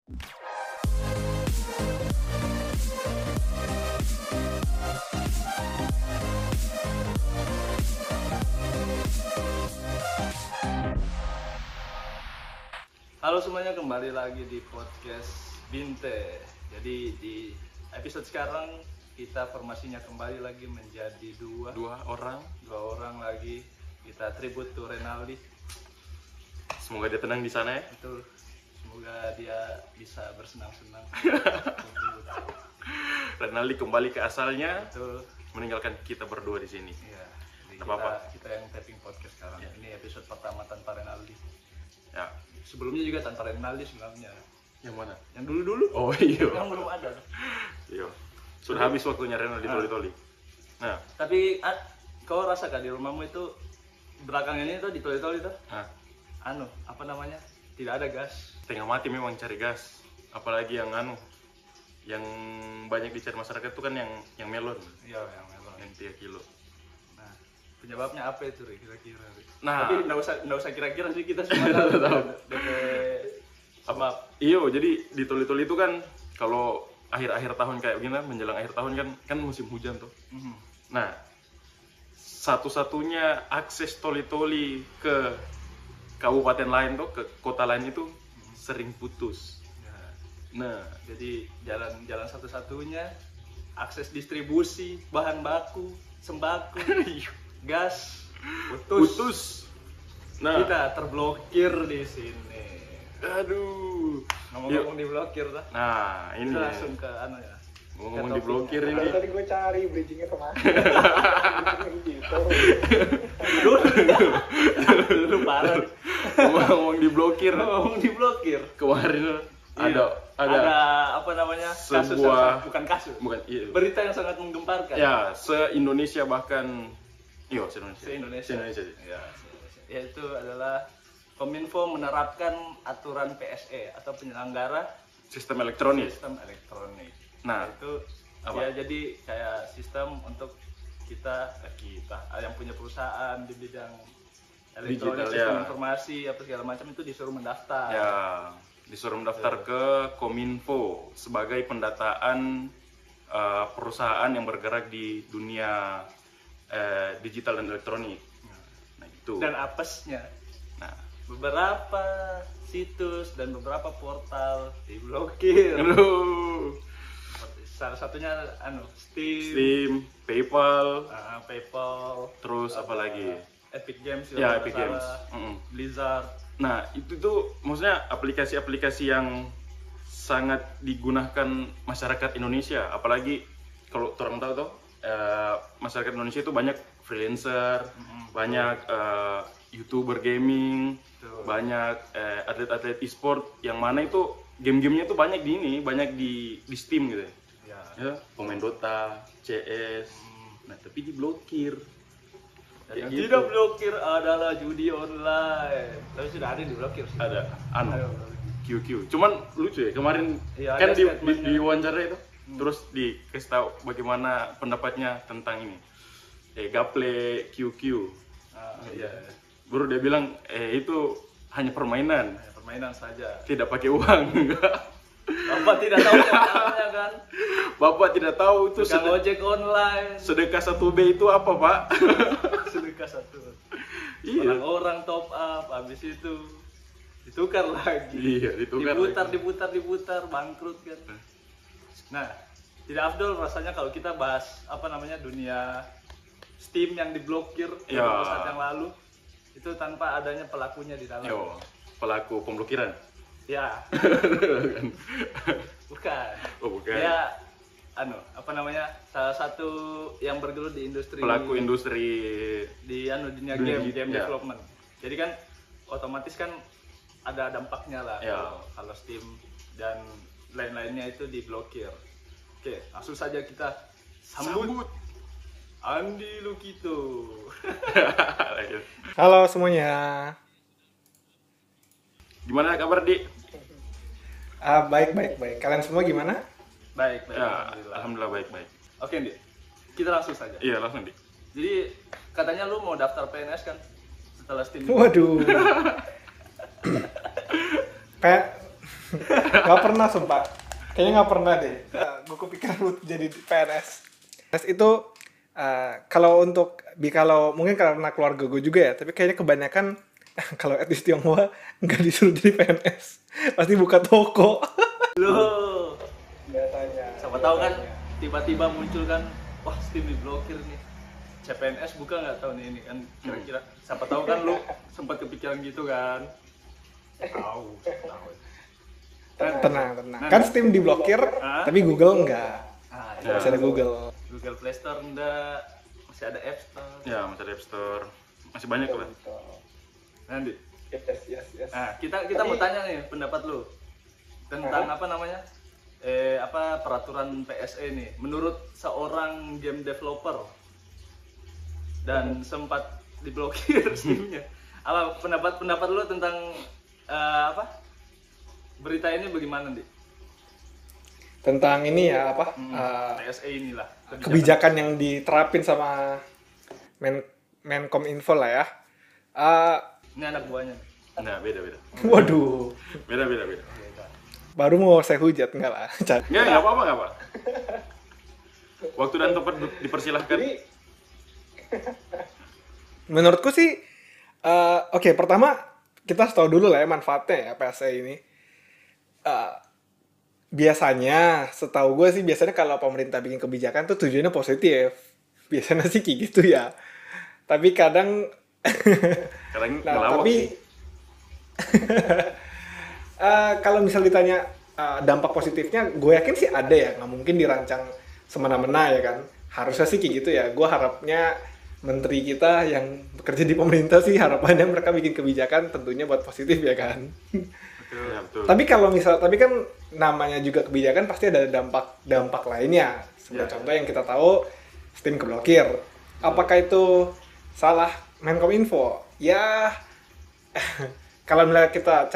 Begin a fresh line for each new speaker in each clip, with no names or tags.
Halo semuanya, kembali lagi di podcast Binte. Jadi di episode sekarang kita formasinya kembali lagi menjadi dua orang lagi. Kita tribute to Renaldi.
Semoga dia tenang di sana ya.
Betul. Semoga dia bisa bersenang-senang.
Renaldi kembali ke asalnya.
Betul.
Meninggalkan kita berdua di sini.
Iya. Kita yang tapping podcast sekarang.
Ya.
Ini episode pertama tanpa Renaldi.
Ya.
Sebelumnya juga tanpa Renaldi sebenarnya.
Yang mana?
Yang dulu-dulu.
Oh iya.
Yang belum ada.
Iya. Sudah habis waktunya Renaldi toli-toli. Nah.
Tapi kau rasakan di rumahmu itu belakang ini tuh ditoli-toli tuh? Apa namanya? Tidak ada gas.
Tengah mati memang cari gas. Apalagi yang yang banyak dicari masyarakat itu kan yang melon.
Iya, yang melon.
Yang 3 kilo.
Nah, penyebabnya apa itu kira-kira?
Nah,
tapi nggak usah kira-kira sih, kita semua tahu.
Apa? Iyo, jadi di toli-toli itu kan kalau akhir-akhir tahun kayak begini, menjelang akhir tahun kan musim hujan tuh. Nah, satu-satunya akses toli-toli ke kabupaten lain tuh, ke kota lain itu sering putus. Nah,
jadi jalan satu-satunya akses distribusi bahan baku, sembako, gas putus.
Nah,
kita terblokir di sini.
Aduh.
Ngomong-ngomong diblokir lah.
Nah, ini
kita langsung ke ya.
Ngomong diblokir ini.
Tadi gue cari bridgingnya kemana? Gitu.
Dulu parah.
Ngomong diblokir.
Ngomong diblokir.
Kemarin
Iya. ada apa namanya?
Sebuah
bukan kasus.
Bukan, iya.
Berita yang sangat menggemparkan.
Ya, se-Indonesia bahkan se-Indonesia.
Ya, yaitu adalah Kominfo menerapkan aturan PSE atau penyelenggara
Sistem elektronik. Nah,
itu
apa?
ya jadi kayak sistem untuk kita yang punya perusahaan di bidang elektronik,
Digital,
sistem
ya.
Informasi apa segala macam itu disuruh mendaftar.
Ya, disuruh mendaftar ke Kominfo sebagai pendataan perusahaan yang bergerak di dunia digital dan elektronik. Nah, itu.
Dan apesnya,
Nah,
beberapa situs dan beberapa portal diblokir. Salah satunya Steam,
PayPal,
PayPal,
terus apa lagi?
Epic Games,
Ya, Epic Games.
Blizzard.
Nah, itu tuh maksudnya aplikasi-aplikasi yang sangat digunakan masyarakat Indonesia. Apalagi kalau orang tahu tuh, masyarakat Indonesia itu banyak freelancer, banyak YouTuber gaming, banyak atlet-atlet e-sport yang mana itu game-gamenya tuh banyak di Steam gitu ya, pemain Dota, CS, nah tapi diblokir.
Dan yang
Gitu.
tidak blokir adalah judi online. Tapi sudah ada yang diblokir sih.
Ada QQ. Cuman lucu ya, kemarin
Iya,
kan
ada statementnya.
di wawancara itu terus dikasih tahu bagaimana pendapatnya tentang ini. Gaple QQ.
Iya.
Baru dia bilang itu hanya permainan,
Permainan saja.
tidak pakai uang.
Bapak tidak tahu caranya kan?
Bapak tidak tahu itu
Tukang ojek online.
sedekah 1B itu apa, Pak?
Sedekah satu.
Iya.
Orang-orang top up, habis itu ditukar lagi.
Iya, ditukar
diputar, bangkrut kan. Nah, tidak afdol rasanya kalau kita bahas dunia Steam yang diblokir beberapa saat yang lalu itu tanpa adanya pelakunya di dalam.
Yo, pelaku pemblokiran.
Ya. Bukan.
Oh, bukan.
Dia salah satu yang bergelut di industri,
Pelaku industri
di dunia
Dunia
game
ya.
development. Jadi kan otomatis kan ada dampaknya lah
Ya.
kalau Steam dan lain-lainnya itu diblokir. Oke, langsung saja kita sambut Andi Lukito.
Halo semuanya.
Gimana kabar, Di?
Baik. Kalian semua gimana?
Baik.
Ya, alhamdulillah baik.
Oke, Di. Kita langsung saja.
Iya, langsung, Di.
Jadi katanya lu mau daftar PNS kan setelah Steam.
Waduh. Nggak pernah sumpah. Kayaknya nggak pernah deh. Gue kepikiran buat jadi PNS. PNS itu kalau mungkin karena keluarga gue juga ya, tapi kayaknya kebanyakan kalau etnis Tionghoa nggak disuruh jadi PNS, pasti buka toko.
Loh,
Biasanya.
siapa tahu kan tiba-tiba muncul kan, wah Steam diblokir nih. CPNS buka nggak tahu nih ini kan kira-kira. Siapa tahu kan lu sempat kepikiran gitu kan. Tahu.
Tenang. Kan Steam diblokir, tapi Google enggak.
Ah,
Ya.
Masih ada Google.
Google Play Store enggak, masih ada App Store.
Ya, masih ada App Store. Masih banyak lah.
Nanti.
Yes.
Nah, kita mau tanya nih pendapat lu tentang apa namanya? Peraturan PSE nih. Menurut seorang game developer dan sempat diblokir Steam-nya. Apa pendapat lu tentang berita ini bagaimana, Di?
Tentang ini ya
PSE inilah.
kebijakan yang diterapin sama Menkominfo lah ya.
Ini anak buahnya.
Nah, beda.
Waduh,
Beda.
baru mau saya hujat enggak lah.
Nggak apa-apa. Waktu dan tempat dipersilahkan.
Menurutku sih, oke, pertama kita harus tahu dulu lah ya manfaatnya ya PSE ini. Biasanya, setahu gue sih biasanya kalau pemerintah bikin kebijakan tuh tujuannya positif. Biasanya sih kayak gitu ya. Tapi kadang,
Kadang
nah,
ngelawak
tapi
sih.
kalau misal ditanya dampak positifnya, gue yakin sih ada ya. Nggak mungkin dirancang semena-mena ya kan. Harusnya sih kayak gitu ya. Gue harapnya menteri kita yang bekerja di pemerintah sih harapannya mereka bikin kebijakan tentunya buat positif ya kan.
Ya, betul.
Tapi kan namanya juga kebijakan pasti ada dampak lainnya. Sebagai contoh yang kita tahu Steam keblokir. Apakah itu salah Menkominfo? Ya kalau kita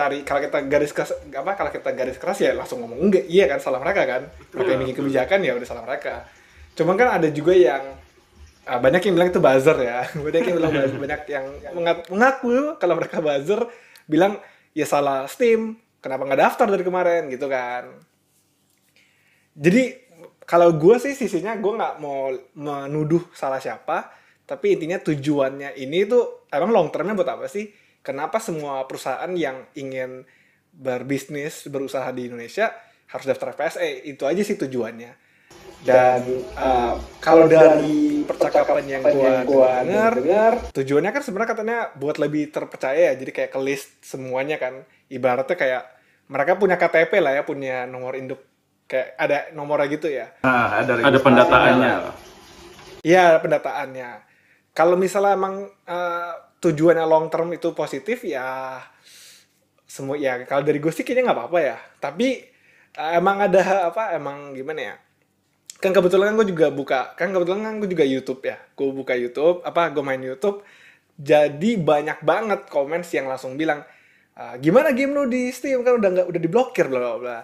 garis keras ya langsung ngomong enggak, iya kan salah mereka kan. Mereka yang bikin kebijakan ya udah salah mereka. Cuman kan ada juga yang banyak yang bilang itu buzzer ya. Banyak yang mengaku kalau mereka buzzer bilang ya salah Steam, kenapa nggak daftar dari kemarin gitu kan. Jadi kalau gue sih sisinya gue nggak mau menuduh salah siapa, tapi intinya tujuannya ini tuh emang long termnya buat apa sih? Kenapa semua perusahaan yang ingin berusaha di Indonesia harus daftar PSE? Itu aja sih tujuannya. Dan kalau dari percakapan yang gue dengar, tujuannya kan sebenarnya katanya buat lebih terpercaya ya. Jadi kayak ke list semuanya kan. Ibaratnya kayak mereka punya KTP lah ya, punya nomor induk. Kayak ada nomornya gitu ya.
Nah,
Ada pendataannya.
Iya, ada pendataannya. Kalau misalnya emang tujuannya long term itu positif ya semua ya. Kalau dari gue sih kayaknya nggak apa-apa ya. Tapi emang ada emang gimana ya? Kebetulan gue juga YouTube ya. Gue buka YouTube, gue main YouTube. Jadi banyak banget comments yang langsung bilang, gimana game lu di Steam kan udah diblokir bla bla bla.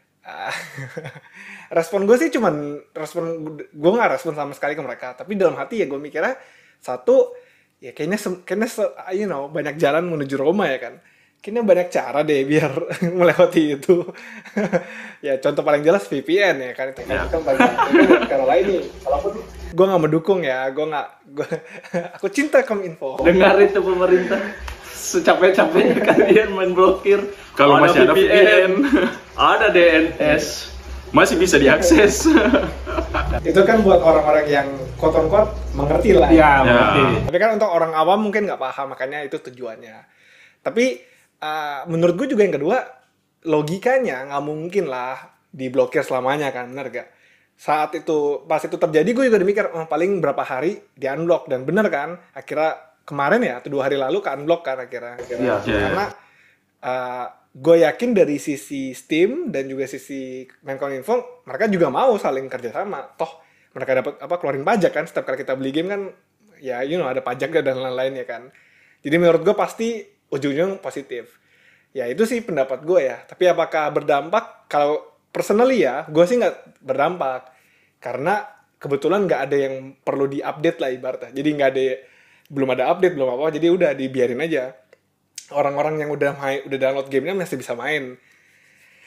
Respon gue sih gue nggak respon sama sekali ke mereka. Tapi dalam hati ya gue mikirnya satu, ya kayaknya banyak jalan menuju Roma ya kan. Kayaknya banyak cara deh biar melewati itu. Ya contoh paling jelas VPN ya kan. Itu kan banyak cara lain nih. Walaupun gue nggak mendukung ya, aku cinta Kominfo.
dengar itu pemerintah. Secapek-capeknya kalian main blokir.
Kalau masih ada VPN,
ada DNS,
masih bisa diakses.
Itu kan buat orang-orang yang quote-unquote mengerti lah.
Ya,
Tapi kan untuk orang awam mungkin nggak paham, makanya itu tujuannya. Tapi menurut gue juga yang kedua, logikanya nggak mungkin lah diblokir selamanya kan, bener gak? Pas itu terjadi gue juga mikir, paling berapa hari di unblock, dan bener kan, akhirnya kemarin ya atau 2 hari lalu ke unblock kan akhirnya.
Iya.
Karena gue yakin dari sisi Steam dan juga sisi Menkominfo mereka juga mau saling kerjasama. Toh mereka dapat keluarin pajak kan setiap kali kita beli game kan, ya ada pajaknya dan lain-lain ya kan. Jadi menurut gue pasti ujung-ujung positif. Ya itu sih pendapat gue ya. Tapi apakah berdampak? Kalau personally ya, gue sih nggak berdampak. Karena kebetulan nggak ada yang perlu diupdate lah ibaratnya. Jadi belum ada update, belum apa-apa. Jadi udah dibiarin aja. Orang-orang yang udah download gamenya masih bisa main.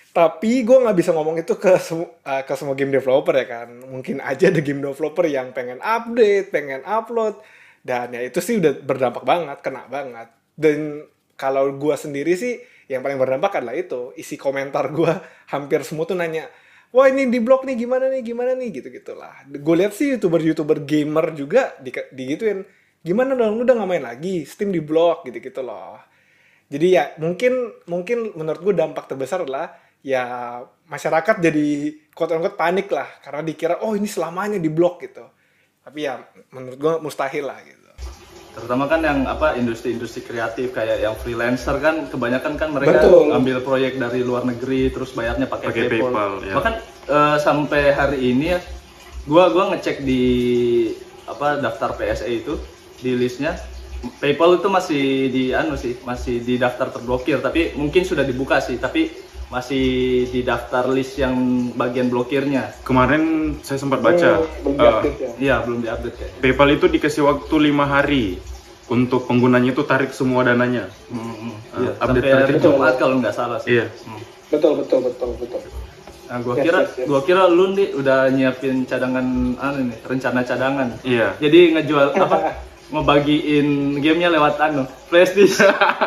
Tapi gue nggak bisa ngomong itu ke semua game developer ya kan. Mungkin aja ada game developer yang pengen update, pengen upload, dan ya itu sih udah berdampak banget, kena banget. Dan kalau gue sendiri sih yang paling berdampak adalah itu, isi komentar gue hampir semua tuh nanya, wah ini di blog nih gimana nih gitu-gitulah. Gue lihat sih youtuber gamer juga digituin, gimana dong lu udah nggak main lagi, Steam di blog gitu-gitu loh. Jadi ya mungkin menurut gue dampak terbesar adalah ya masyarakat jadi quote-unquote panik lah karena dikira oh ini selamanya di blok gitu. Tapi ya menurut gue mustahil lah gitu.
Terutama kan yang industri-industri kreatif kayak yang freelancer kan kebanyakan kan mereka
Betul.
ambil proyek dari luar negeri terus bayarnya pakai PayPal.
ya.
Bahkan sampai hari ini ya gua ngecek di daftar PSA itu di listnya PayPal itu masih di daftar terblokir, tapi mungkin sudah dibuka sih, tapi masih di daftar list yang bagian blokirnya.
Kemarin saya sempat baca,
Belum diupdate ya.
Iya, belum diupdate kayaknya.
PayPal itu dikasih waktu 5 hari untuk penggunanya itu tarik semua dananya.
Iya,
Update
sampai hari
terakhir.
Jumat kalau nggak salah sih.
Iya.
Betul.
Nah, gua
Yes,
kira
yes, yes.
gua kira lu nih udah nyiapin rencana cadangan.
Iya.
Jadi ngejual ngebagiin gamenya lewat flash disk.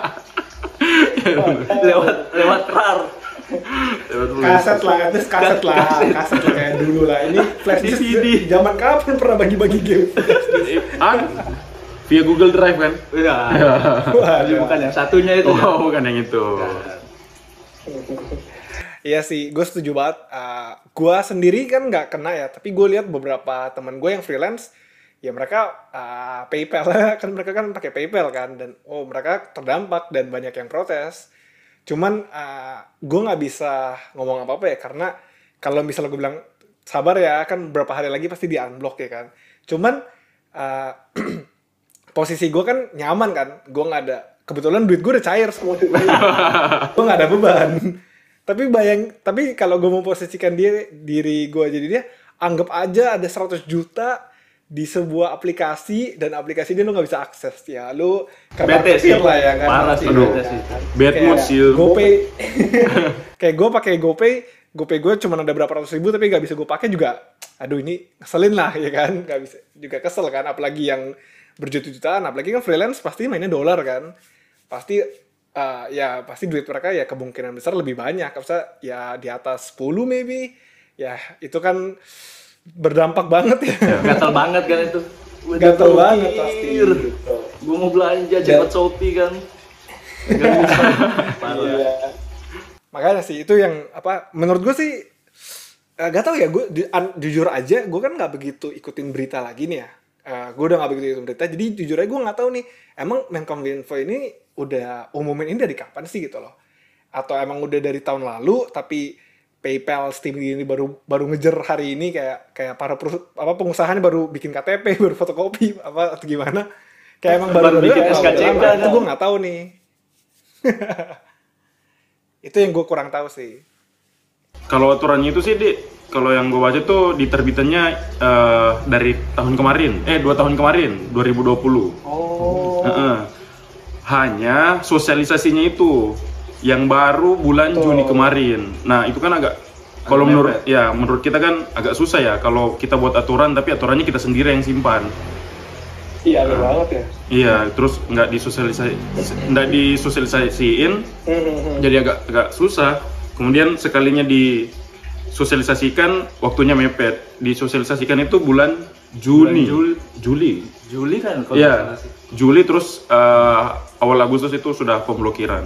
lewat RAR.
Kaset lah kayak dulu lah. Ini flash disk
DVD.
zaman kapan pernah bagi-bagi game?
Via Google Drive kan?
Iya. Tapi bukan yang satunya itu. kan?
Oh, bukan yang itu.
Iya sih, gue setuju banget. Gue sendiri kan nggak kena ya, tapi gue lihat beberapa teman gue yang freelance, ya mereka PayPal kan mereka kan pakai PayPal kan, dan mereka terdampak dan banyak yang protes. Cuman gue nggak bisa ngomong apa-apa ya, karena kalau misalnya gue bilang sabar ya, kan beberapa hari lagi pasti di unblock ya kan. Cuman posisi gue kan nyaman kan, gue nggak ada, kebetulan duit gue udah cair semua, gue nggak ada beban. Tapi kalau gue mau posisikan diri gue jadi dia, anggap aja ada 100 juta di sebuah aplikasi, dan aplikasi ini lu nggak bisa akses ya, lu
Bete sih
lah ya kan.
parah sih,
Aduh.
bete sih.
Bad mood sih.
GoPay kayak gue pakai GoPay gue cuma ada berapa ratus ribu tapi nggak bisa gue pakai juga, aduh ini ngeselin lah ya kan, nggak bisa juga, kesel kan, apalagi yang berjuta-jutaan, apalagi kan freelance pasti mainnya dolar kan, pasti ya pasti duit mereka ya kemungkinan besar lebih banyak, bisa ya di atas 10 maybe, ya itu kan berdampak banget ya.
Gatel banget kan itu.
Gatel banget pasti.
Gue mau belanja cepet Shopee kan. Gak bisa. Parah.
Iya. Makanya sih itu yang menurut gue sih gak tau ya, gue jujur aja gue kan nggak begitu ikutin berita lagi nih ya. Gue udah nggak begitu ikutin berita, jadi jujur aja gue nggak tahu nih emang Menkominfo ini udah umumin ini dari kapan sih gitu loh, atau emang udah dari tahun lalu tapi PayPal, Steam ini baru ngejer hari ini, kayak para pengusahanya baru bikin KTP, baru fotokopi atau gimana, kayak emang baru
bikin SKCK kan.
itu gue nggak tahu nih. Itu yang gue kurang tahu sih.
Kalau aturannya itu sih, kalau yang gue baca tuh diterbitannya dari tahun kemarin, 2 tahun kemarin, 2020.
Oh.
Hanya sosialisasinya itu yang baru bulan Juni kemarin. Nah, itu kan kalau menurut kita kan agak susah ya kalau kita buat aturan tapi aturannya kita sendiri yang simpan.
Iya, aneh banget ya.
Iya, terus nggak disosialisasiin, jadi agak susah. Kemudian sekalinya disosialisasikan, waktunya mepet. Disosialisasikan itu bulan Juli.
Juli kan kalau
Iya,
salah sih.
Juli, terus awal Agustus itu sudah pemblokiran.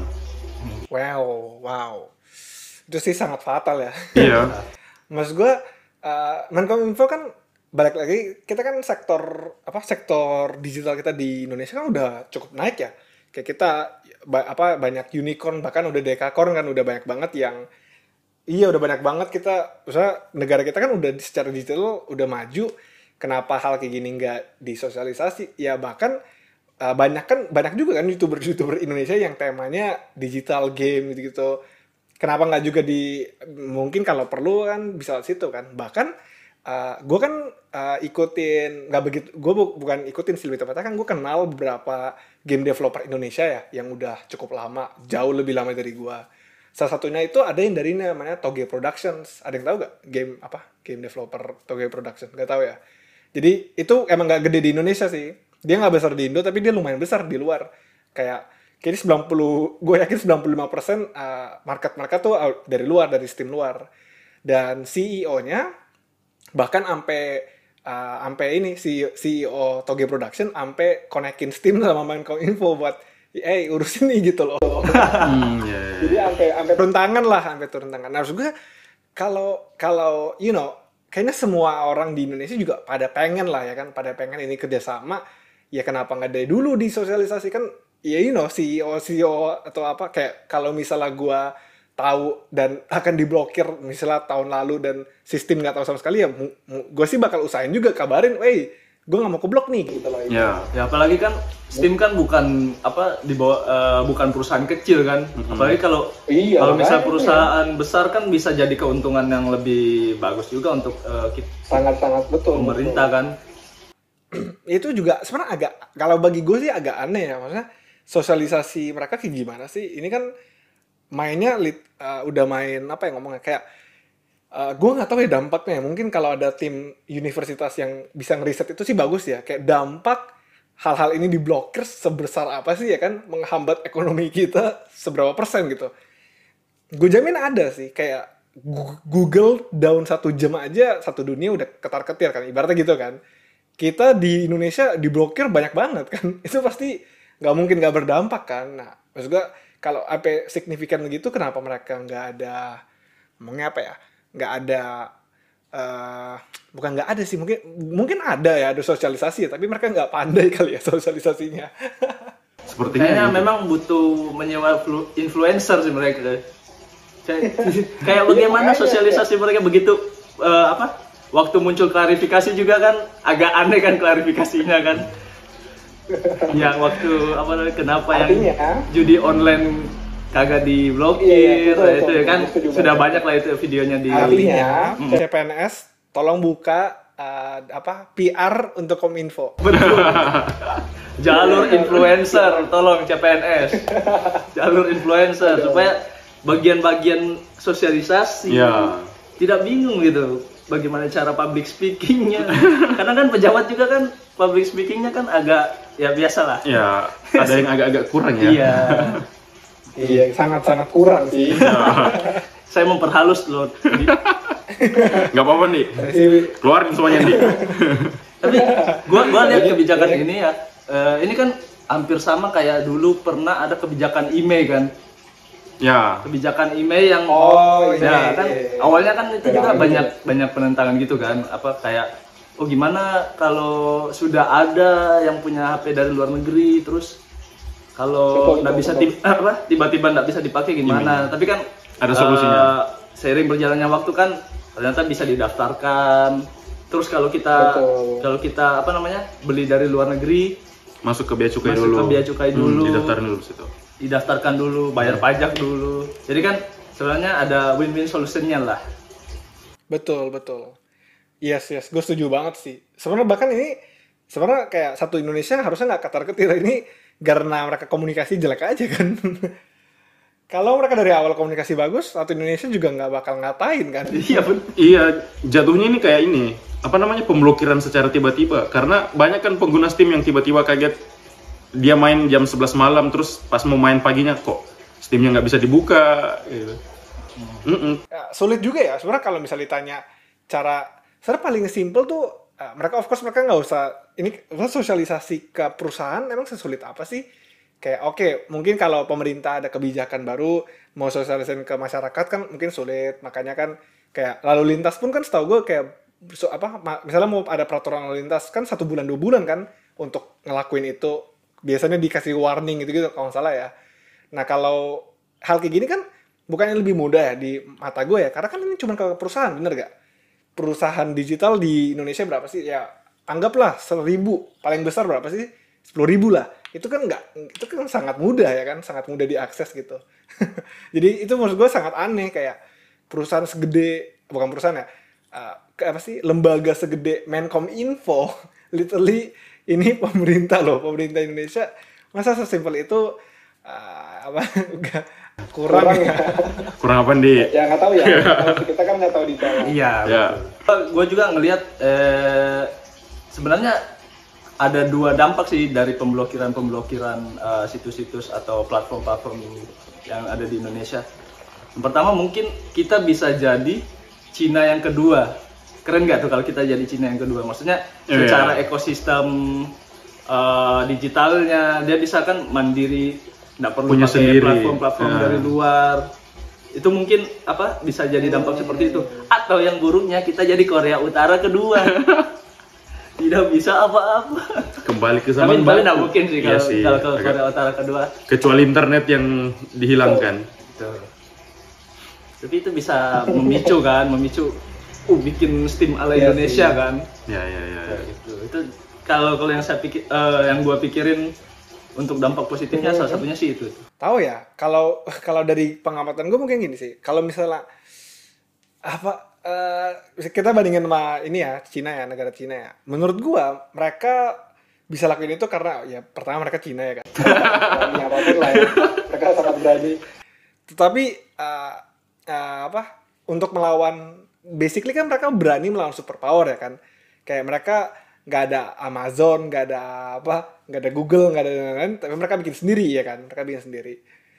Wow. Itu sih sangat fatal ya.
Iya.
Maksud gue, Menkominfo kan balik lagi, kita kan sektor digital kita di Indonesia kan udah cukup naik ya. Kayak kita banyak unicorn, bahkan udah dekakorn kan, udah banyak banget yang udah banyak banget kita, misalnya negara kita kan udah secara digital udah maju. Kenapa hal kayak gini nggak disosialisasi? Ya bahkan banyak juga kan youtuber Indonesia yang temanya digital game gitu. Kenapa nggak juga mungkin kalau perlu kan bisa di situ kan. Bahkan gue kan ikutin, nggak begitu, gue bukan ikutin sih, lebih tepatnya kan gue kenal beberapa game developer Indonesia ya yang udah cukup lama, jauh lebih lama dari gue. Salah satunya itu ada yang dari namanya Toge Productions. Ada yang tahu gak? Game developer Toge Production. Gak tahu ya. Jadi itu emang gak gede di Indonesia sih. Dia gak besar di Indo, tapi dia lumayan besar di luar. Kayaknya 90, gue yakin 95% market tuh dari luar, dari Steam luar. Dan CEO-nya bahkan sampai ini CEO Toge Production sampai konekin Steam sama Mindcom.info buat urusin nih gitu loh.
Yeah.
Jadi sampai turun tangan. Nah, maksud gue kalau kayaknya semua orang di Indonesia juga pada pengen lah ya kan, pada pengen ini kerjasama. Ya kenapa nggak dari dulu disosialisasikan? Ya CEO atau apa, kayak kalau misalnya gue tahu dan akan diblokir misalnya tahun lalu dan sistem nggak tahu sama sekali, ya gue sih bakal usahain juga kabarin, gue nggak mau keblok nih gitu loh.
Ya
apalagi kan Steam kan bukan bukan perusahaan kecil kan. Apalagi kalau misal perusahaan besar kan bisa jadi keuntungan yang lebih bagus juga untuk
sangat betul
pemerintah kan.
Itu juga sebenarnya kalau bagi gue sih agak aneh ya, maksudnya sosialisasi mereka kayak gimana sih? Ini kan mainnya udah main apa ya ngomongnya, kayak gue nggak tahu ya dampaknya. Mungkin kalau ada tim universitas yang bisa ngeriset itu sih bagus ya. Kayak dampak hal-hal ini diblokir sebesar apa sih ya kan, menghambat ekonomi kita seberapa persen gitu. Gue jamin ada sih, kayak Google down 1 jam aja satu dunia udah ketar-ketir kan, ibaratnya gitu kan. Kita di Indonesia diblokir banyak banget kan, itu pasti nggak mungkin nggak berdampak kan. Nah maksud gue kalau apa signifikan gitu, kenapa mereka nggak ada ngomongnya apa ya, nggak ada bukan nggak ada sih, mungkin ada sosialisasi ya, tapi mereka nggak pandai kali ya sosialisasinya.
Sepertinya memang butuh menyewa influencer sih mereka. Kayak bagaimana sosialisasi mereka begitu waktu muncul klarifikasi juga kan agak aneh kan klarifikasinya kan. Yang waktu kenapa yang judi online kagak diblokir, itu ya kan sudah banyak lah itu videonya di.
Artinya CPNS tolong buka PR untuk Kominfo.
Jalur influencer, tolong CPNS. Jalur influencer supaya bagian-bagian sosialisasi tidak bingung gitu. Bagaimana cara public speakingnya? Karena kan pejabat juga kan public speakingnya kan agak ya biasa lah.
Ya, ada yang agak-agak kurang ya.
Iya, sangat-sangat kurang sih.
Saya memperhalus loh.
Nggak apa-apa nih. Keluarin semuanya nih.
Tapi gua lihat kebijakan ini ya. Ini kan hampir sama kayak dulu pernah ada kebijakan IMEI kan.
Ya.
Kebijakan IMEI yang kan awalnya kan itu juga banyak penentangan gitu kan. Kayak gimana kalau sudah ada yang punya HP dari luar negeri, terus kalau nggak bisa tiba-tiba nggak bisa dipakai gimana? Tapi kan
ada solusinya.
Seiring berjalannya waktu kan ternyata bisa didaftarkan. Terus kalau kita beli dari luar negeri,
masuk ke bea cukai dulu.
Didaftarkan dulu, bayar pajak dulu. Jadi kan sebenarnya ada win-win solutionnya lah.
Betul. Yes, gue setuju banget sih. Sebenarnya bahkan ini kayak satu Indonesia harusnya nggak ketar-ketir, ini karena mereka komunikasi jelek aja kan. Kalau mereka dari awal komunikasi bagus, satu Indonesia juga nggak bakal ngatain kan.
Iya, jatuhnya ini kayak ini, pemblokiran secara tiba-tiba. Karena banyak kan pengguna Steam yang tiba-tiba kaget, dia main jam 11 malam, terus pas mau main paginya kok Steamnya nggak bisa dibuka gitu.
Ya, sulit juga ya sebenarnya kalau misalnya ditanya sebenarnya paling simple tuh mereka nggak usah sosialisasi ke perusahaan. Emang sesulit apa sih? Kayak mungkin kalau pemerintah ada kebijakan baru mau sosialisasiin ke masyarakat kan mungkin sulit. Makanya kan kayak lalu lintas pun kan setahu gue kayak misalnya mau ada peraturan lalu lintas kan 1 bulan 2 bulan kan untuk ngelakuin itu, biasanya dikasih warning gitu kalau nggak salah ya. Nah kalau hal kayak gini kan bukannya lebih mudah ya di mata gue ya, karena kan ini cuma ke perusahaan, bener gak? Perusahaan digital di Indonesia berapa sih? Ya anggaplah 1.000, paling besar berapa sih? 10.000 lah. Itu kan sangat mudah ya kan, sangat mudah diakses gitu. Jadi itu menurut gue sangat aneh, kayak perusahaan bukan perusahaan ya, lembaga segede Menkominfo, literally ini pemerintah Indonesia, masa sesimpel itu apa enggak kurang ya.
Kurang apa di?
Ya nggak tahu ya. Kita kan nggak tahu detail.
Iya.
Ya.
Gue juga ngelihat sebenarnya ada dua dampak sih dari pemblokiran situs-situs atau platform-platform yang ada di Indonesia. Yang pertama mungkin kita bisa jadi Cina yang kedua. Keren nggak tuh kalau kita jadi Cina yang kedua? Maksudnya secara ekosistem digitalnya dia bisa kan mandiri, nggak perlu
Punya
pakai
sendiri.
platform dari luar. Itu mungkin bisa jadi dampak seperti itu. Atau yang buruknya kita jadi Korea Utara kedua. Tidak bisa apa-apa.
Kembali ke
Tapi
zaman
nggak
batu.
mungkin sih
Iya
kalau ke
agak-
Korea Utara kedua.
Kecuali internet yang dihilangkan.
Gitu. Tapi itu bisa memicu bikin Steam ala
Iya
Indonesia
sih.
kan.
Ya.
Gitu. Itu kalau yang saya pikir yang gua pikirin untuk dampak positifnya salah satunya sih itu.
Tahu ya, kalau dari pengamatan gue mungkin gini sih. Kalau misalnya kita bandingin sama ini ya, Cina ya, negara Cina ya. Menurut gua mereka bisa lakuin itu karena ya pertama mereka Cina ya kan. Berani apapun lah ya. Mereka sangat berani. Tetapi untuk melawan basically kan mereka berani melawan superpower ya kan. Kayak mereka nggak ada Amazon, nggak ada Google, nggak ada lain-lain, tapi mereka bikin sendiri ya kan. Mereka bikin sendiri.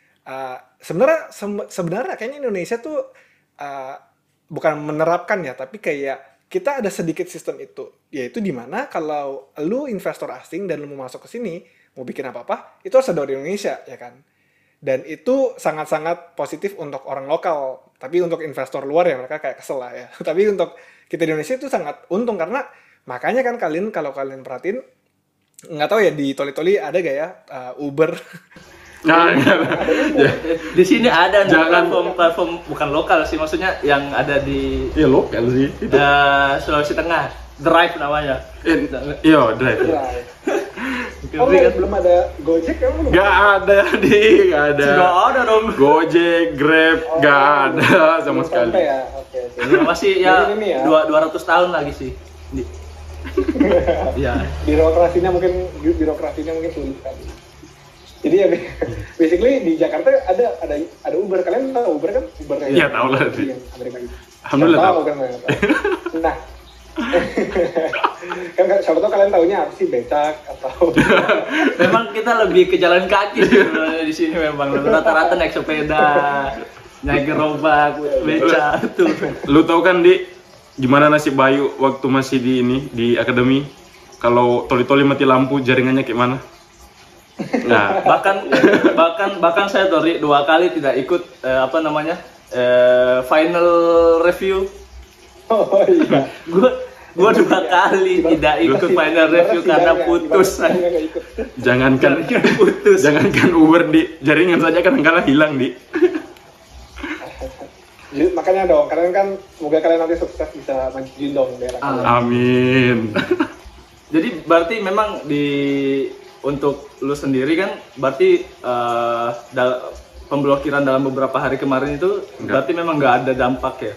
Sebenarnya kayaknya Indonesia tuh bukan menerapkan ya, tapi kayak kita ada sedikit sistem itu, yaitu di mana kalau lu investor asing dan lu mau masuk ke sini, mau bikin apa-apa, itu harus ada dari Indonesia ya kan. Dan itu sangat-sangat positif untuk orang lokal, tapi untuk investor luar ya mereka kayak kesel lah ya. Tapi untuk kita di Indonesia itu sangat untung karena makanya kan kalau kalian perhatiin, nggak tahu ya di Toli-Toli ada gak ya Uber.
Nah,
Di sini ada
Jangan.
platform bukan lokal sih, maksudnya yang ada di
iya lokal sih. Itu.
Sulawesi Tengah, Drive namanya.
Iya, drive.
Belum ada Gojek kan?
Gak ada gak ada.
Nggak ada dong.
Gojek, Grab, gak ada sama sekali.
Ya? Oke.
Masih ya
Jadi ini ya.
200 tahun lagi sih. Iya.
birokrasinya mungkin sulit kan. Jadi ya basically di Jakarta ada Uber. Kalian tahu Uber kan? Uber kayak
Iya, tahu lah.
di Amerika gitu.
Alhamdulillah
Tahu
tahu.
kan. Nah, kan siapa tahu kalian taunya apa sih becak atau
Memang kita lebih ke jalan kaki sih sebenarnya di sini memang rata-rata naik sepeda, naik gerobak, beca tuh.
Lu tahu kan di gimana nasib Bayu waktu masih di akademi? Kalau toli-toli mati lampu jaringannya kayak mana? Nah,
bahkan saya tuh 2 kali tidak ikut final review.
oh iya.
Gua 2 kali tidak ikut final review karena putus.
jangankan
Putus.
jangankan Uber di jaringan saja kadang-kala hilang di.
Jadi, makanya dong, kalian kan semoga kalian nanti sukses bisa majuin dong daerah kalian.
Amin.
Jadi berarti memang untuk lu sendiri kan berarti pemblokiran dalam beberapa hari kemarin itu berarti memang nggak ada dampak ya?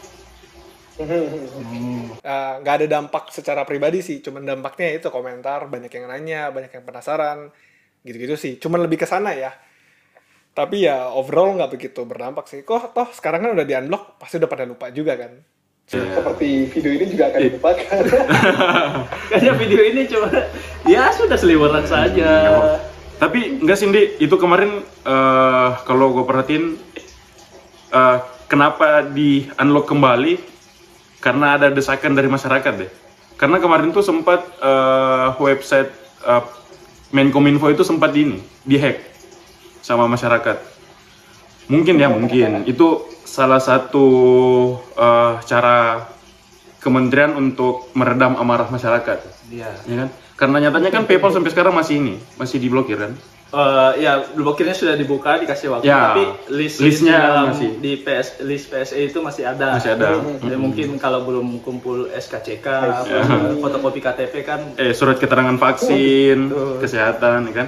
Nggak ada dampak secara pribadi sih, cuman dampaknya itu komentar, banyak yang nanya, banyak yang penasaran, gitu-gitu sih. Cuman lebih ke sana ya. Tapi ya overall nggak begitu berdampak sih. Kok toh sekarang kan udah di-unblock, pasti udah pada lupa juga kan. Seperti video ini juga akan dilupakan.
Kayaknya video ini cuma ya sudah seliweran saja.
Tapi enggak sih, Di. Itu kemarin kalau gue perhatiin kenapa di-unlock kembali? Karena ada desakan dari masyarakat deh. Karena kemarin tuh sempat website Menkominfo itu sempat dihack sama masyarakat. Mungkin itu salah satu cara kementerian untuk meredam amarah masyarakat.
Iya.
Ya kan? Karena nyatanya kan PayPal sampai sekarang masih diblokir kan?
Ya blokirnya sudah dibuka, dikasih waktu,
Ya,
tapi
listnya
dalam
masih.
di list PSE itu masih ada.
Masih ada.
Ya, mungkin kalau belum kumpul SKCK, fotokopi KTP kan.
Surat keterangan vaksin, kesehatan, ya kan?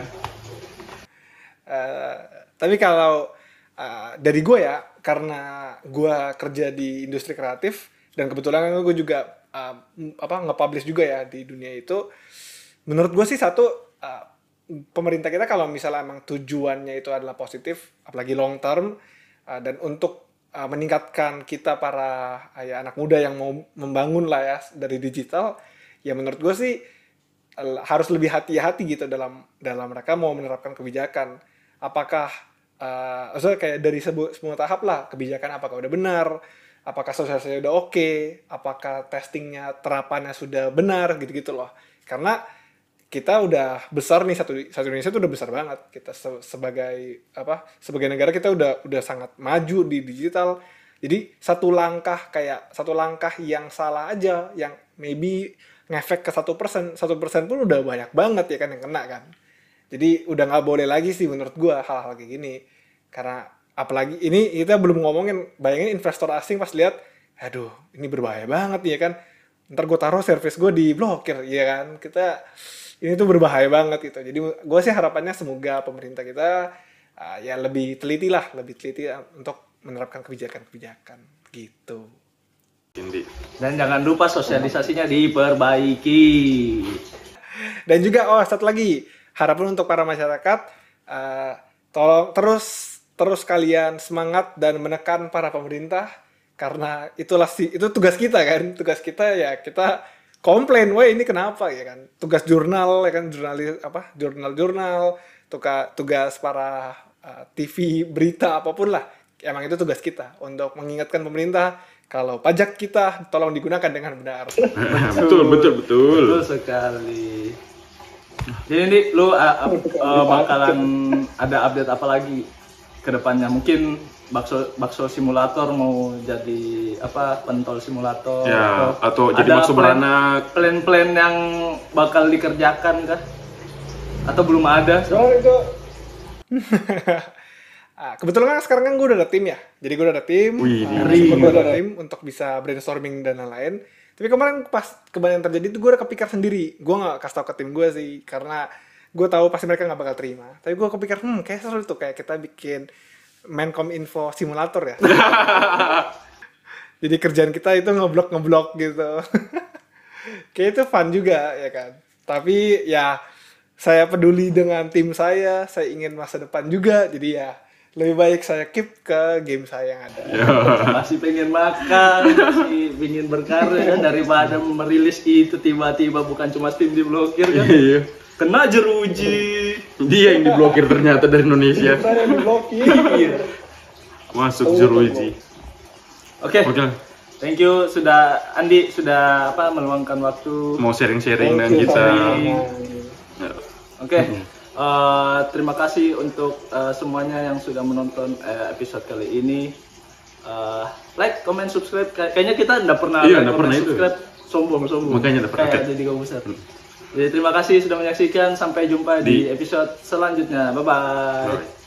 Tapi kalau dari gue ya, karena gue kerja di industri kreatif dan kebetulan gue juga nge-publish juga ya di dunia itu. Menurut gue sih satu pemerintah kita kalau misalnya emang tujuannya itu adalah positif, apalagi long term, dan untuk meningkatkan kita para ya, anak muda yang mau membangun lah ya dari digital, ya menurut gue sih harus lebih hati-hati gitu dalam mereka mau menerapkan kebijakan. Apakah maksudnya kayak dari semua tahap lah, kebijakan apakah udah benar, apakah sosialisasinya udah oke, apakah testingnya, terapannya sudah benar, gitu-gitu loh. Karena kita udah besar nih, satu Indonesia itu udah besar banget. Kita sebagai negara kita udah sangat maju di digital. Jadi satu langkah yang salah aja, yang maybe ngefek ke 1% pun udah banyak banget ya kan yang kena kan. Jadi udah nggak boleh lagi sih menurut gua hal-hal kayak gini. Karena apalagi ini kita belum ngomongin, bayangin investor asing pas lihat, aduh ini berbahaya banget ya kan. Ntar gue taruh service gue diblokir ya kan. Ini tuh berbahaya banget gitu. Jadi gue sih harapannya semoga pemerintah kita ya lebih teliti untuk menerapkan kebijakan gitu.
Dan jangan lupa sosialisasinya diperbaiki.
Dan juga satu lagi, harapan untuk para masyarakat, tolong terus kalian semangat dan menekan para pemerintah, karena itu tugas kita kan. Tugas kita ya kita komplain, wah ini kenapa ya kan. Tugas jurnal ya kan, jurnal, tugas para TV berita apapun lah. Emang itu tugas kita untuk mengingatkan pemerintah kalau pajak kita tolong digunakan dengan benar.
Betul
sekali. Jadi ini lu bakalan ada update apa lagi ke depannya? Mungkin bakso simulator mau jadi pentol simulator
ya, atau jadi bakso beranak.
Plan yang bakal dikerjakan kah? Atau belum ada?
Kebetulan kan sekarang kan gue udah ada tim ya. Jadi gue udah ada tim. Gue udah ada tim untuk bisa brainstorming dan lain-lain. Tapi kemarin pas kebaikan terjadi itu gue udah kepikir sendiri. Gue gak kasih tau ke tim gue sih, karena gue tahu pasti mereka gak bakal terima. Tapi gue kepikir, kayak seru tuh, kayak kita bikin Menkom Info simulator ya. Jadi kerjaan kita itu ngeblok gitu. Kayak itu fun juga ya kan. Tapi ya saya peduli dengan tim saya ingin masa depan juga. Jadi ya lebih baik saya keep ke game saya yang ada.
Masih pengen makan, masih pengen berkarya daripada merilis itu tiba-tiba bukan cuma tim diblokir kan.
Iya.
Kena jeruji.
Dia yang diblokir ternyata dari Indonesia.
Saya yang diblokir.
Iya.
Masuk jeruji.
Oke. Thank you Andi sudah meluangkan waktu
mau sharing-sharing dengan kita.
Oke. Terima kasih untuk semuanya yang sudah menonton episode kali ini. Like, comment, subscribe. Kayaknya kita nggak pernah subscribe. Sombong.
Makanya nggak pernah.
Jadi gak besar. Jadi terima kasih sudah menyaksikan. Sampai jumpa di episode selanjutnya. Bye.